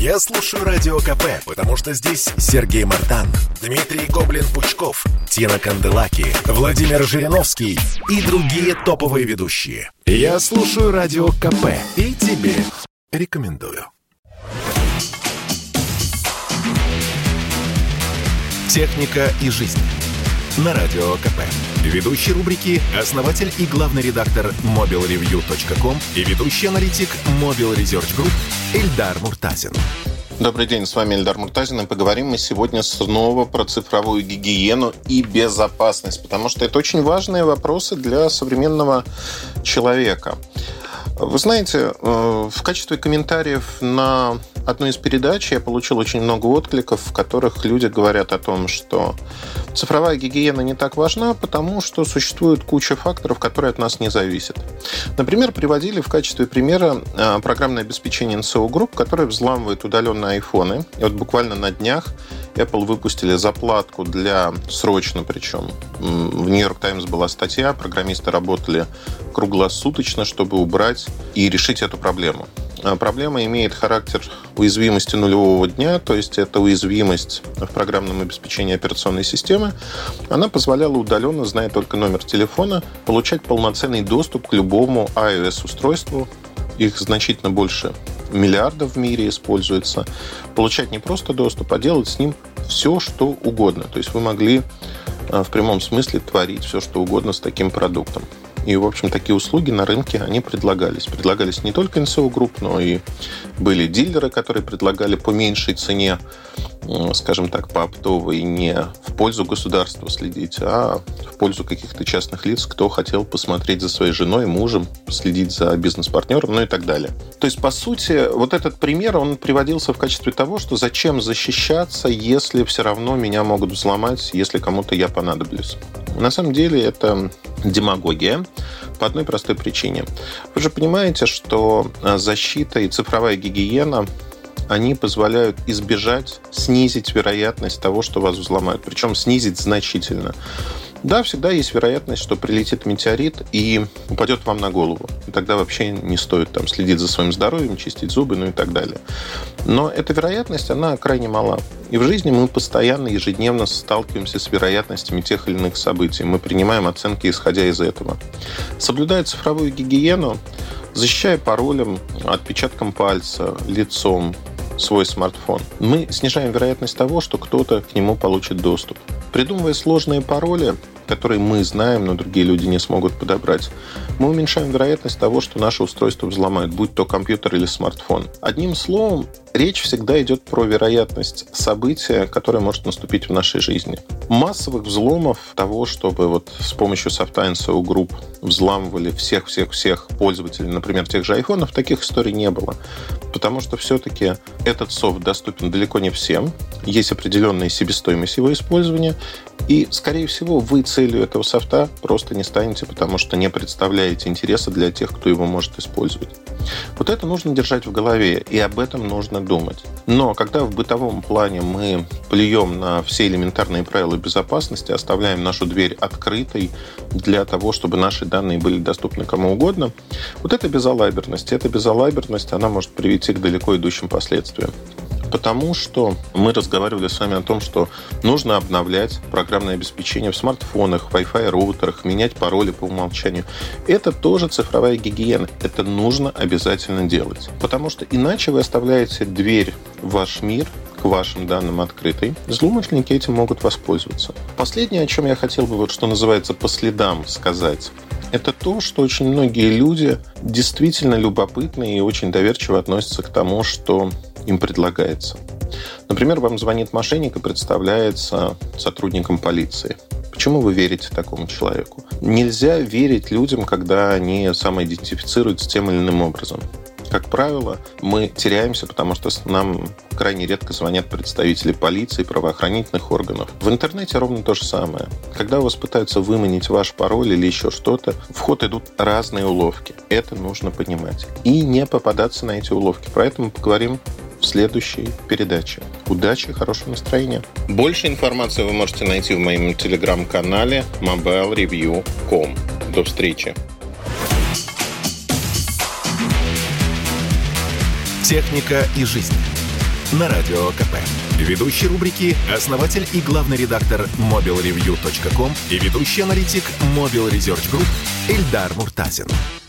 Я слушаю Радио КП, потому что здесь Сергей Мартан, Дмитрий Гоблин-Пучков, Тина Канделаки, Владимир Жириновский и другие топовые ведущие. Я слушаю Радио КП и тебе рекомендую. Техника и жизнь. На Радио КП. Ведущий рубрики — основатель и главный редактор mobilreview.com и ведущий аналитик Mobile Research Group Эльдар Муртазин. Добрый день, с вами Эльдар Муртазин, и поговорим мы сегодня снова про цифровую гигиену и безопасность, потому что это очень важные вопросы для современного человека. Вы знаете, в качестве комментариев на одну из передач я получил очень много откликов, в которых люди говорят о том, что цифровая гигиена не так важна, потому что существует куча факторов, которые от нас не зависят. Например, приводили в качестве примера программное обеспечение NSO Group, которое взламывает удаленные айфоны. И вот буквально на днях Apple выпустили заплатку для срочно, причем в New York Times была статья, программисты работали круглосуточно, чтобы убрать и решить эту проблему. Проблема имеет характер уязвимости нулевого дня, то есть это уязвимость в программном обеспечении операционной системы. Она позволяла удаленно, зная только номер телефона, получать полноценный доступ к любому iOS-устройству. Их значительно больше миллиардов в мире используется. Получать не просто доступ, а делать с ним все, что угодно. То есть вы могли в прямом смысле творить все, что угодно с таким продуктом. И, в общем, такие услуги на рынке, они предлагались. Предлагались не только NSO Group, но и были дилеры, которые предлагали по меньшей цене, скажем так, по оптовой, не в пользу государства следить, а в пользу каких-то частных лиц, кто хотел посмотреть за своей женой, мужем, следить за бизнес-партнером, ну и так далее. То есть, по сути, вот этот пример, он приводился в качестве того, что зачем защищаться, если все равно меня могут взломать, если кому-то я понадоблюсь. На самом деле это демагогия по одной простой причине. Вы же понимаете, что защита и цифровая гигиена, они позволяют избежать, снизить вероятность того, что вас взломают. Причем снизить значительно. Да, всегда есть вероятность, что прилетит метеорит и упадет вам на голову. И тогда вообще не стоит там следить за своим здоровьем, чистить зубы, ну и так далее. Но эта вероятность, она крайне мала. И в жизни мы постоянно, ежедневно сталкиваемся с вероятностями тех или иных событий. Мы принимаем оценки, исходя из этого. Соблюдая цифровую гигиену, защищая паролем, отпечатком пальца, лицом свой смартфон, мы снижаем вероятность того, что кто-то к нему получит доступ. Придумывая сложные пароли, которые мы знаем, но другие люди не смогут подобрать, мы уменьшаем вероятность того, что наше устройство взломают, будь то компьютер или смартфон. Одним словом, речь всегда идет про вероятность события, которое может наступить в нашей жизни. Массовых взломов того, чтобы вот с помощью софта NSO Group взламывали всех пользователей, например, тех же айфонов, таких историй не было. Потому что все-таки этот софт доступен далеко не всем. Есть определенная себестоимость его использования. И, скорее всего, вы целью этого софта просто не станете, потому что не представляете интереса для тех, кто его может использовать. Вот это нужно держать в голове, и об этом нужно думать. Но когда в бытовом плане мы плюем на все элементарные правила безопасности, оставляем нашу дверь открытой для того, чтобы наши данные были доступны кому угодно, вот это безалаберность. Эта безалаберность, она может привести к далеко идущим последствиям. Потому что мы разговаривали с вами о том, что нужно обновлять программное обеспечение в смартфонах, Wi-Fi роутерах, менять пароли по умолчанию. Это тоже цифровая гигиена. Это нужно обязательно делать. Потому что иначе вы оставляете дверь в ваш мир к вашим данным открытой. Злоумышленники этим могут воспользоваться. Последнее, о чем я хотел бы, вот что называется, по следам сказать, это то, что очень многие люди действительно любопытны и очень доверчиво относятся к тому, что им предлагается. Например, вам звонит мошенник и представляется сотрудником полиции. Почему вы верите такому человеку? Нельзя верить людям, когда они самоидентифицируются тем или иным образом. Как правило, мы теряемся, потому что нам крайне редко звонят представители полиции, правоохранительных органов. В интернете ровно то же самое. Когда у вас пытаются выманить ваш пароль или еще что-то, в ход идут разные уловки. Это нужно понимать. И не попадаться на эти уловки. Про это мы поговорим в следующей передаче. Удачи и хорошего настроения. Больше информации вы можете найти в моем телеграм-канале mobilreview.com. До встречи. Техника и жизнь. на Радио КП. Ведущий рубрики – основатель и главный редактор mobilreview.com и ведущий аналитик Mobile Research Group Эльдар Муртазин.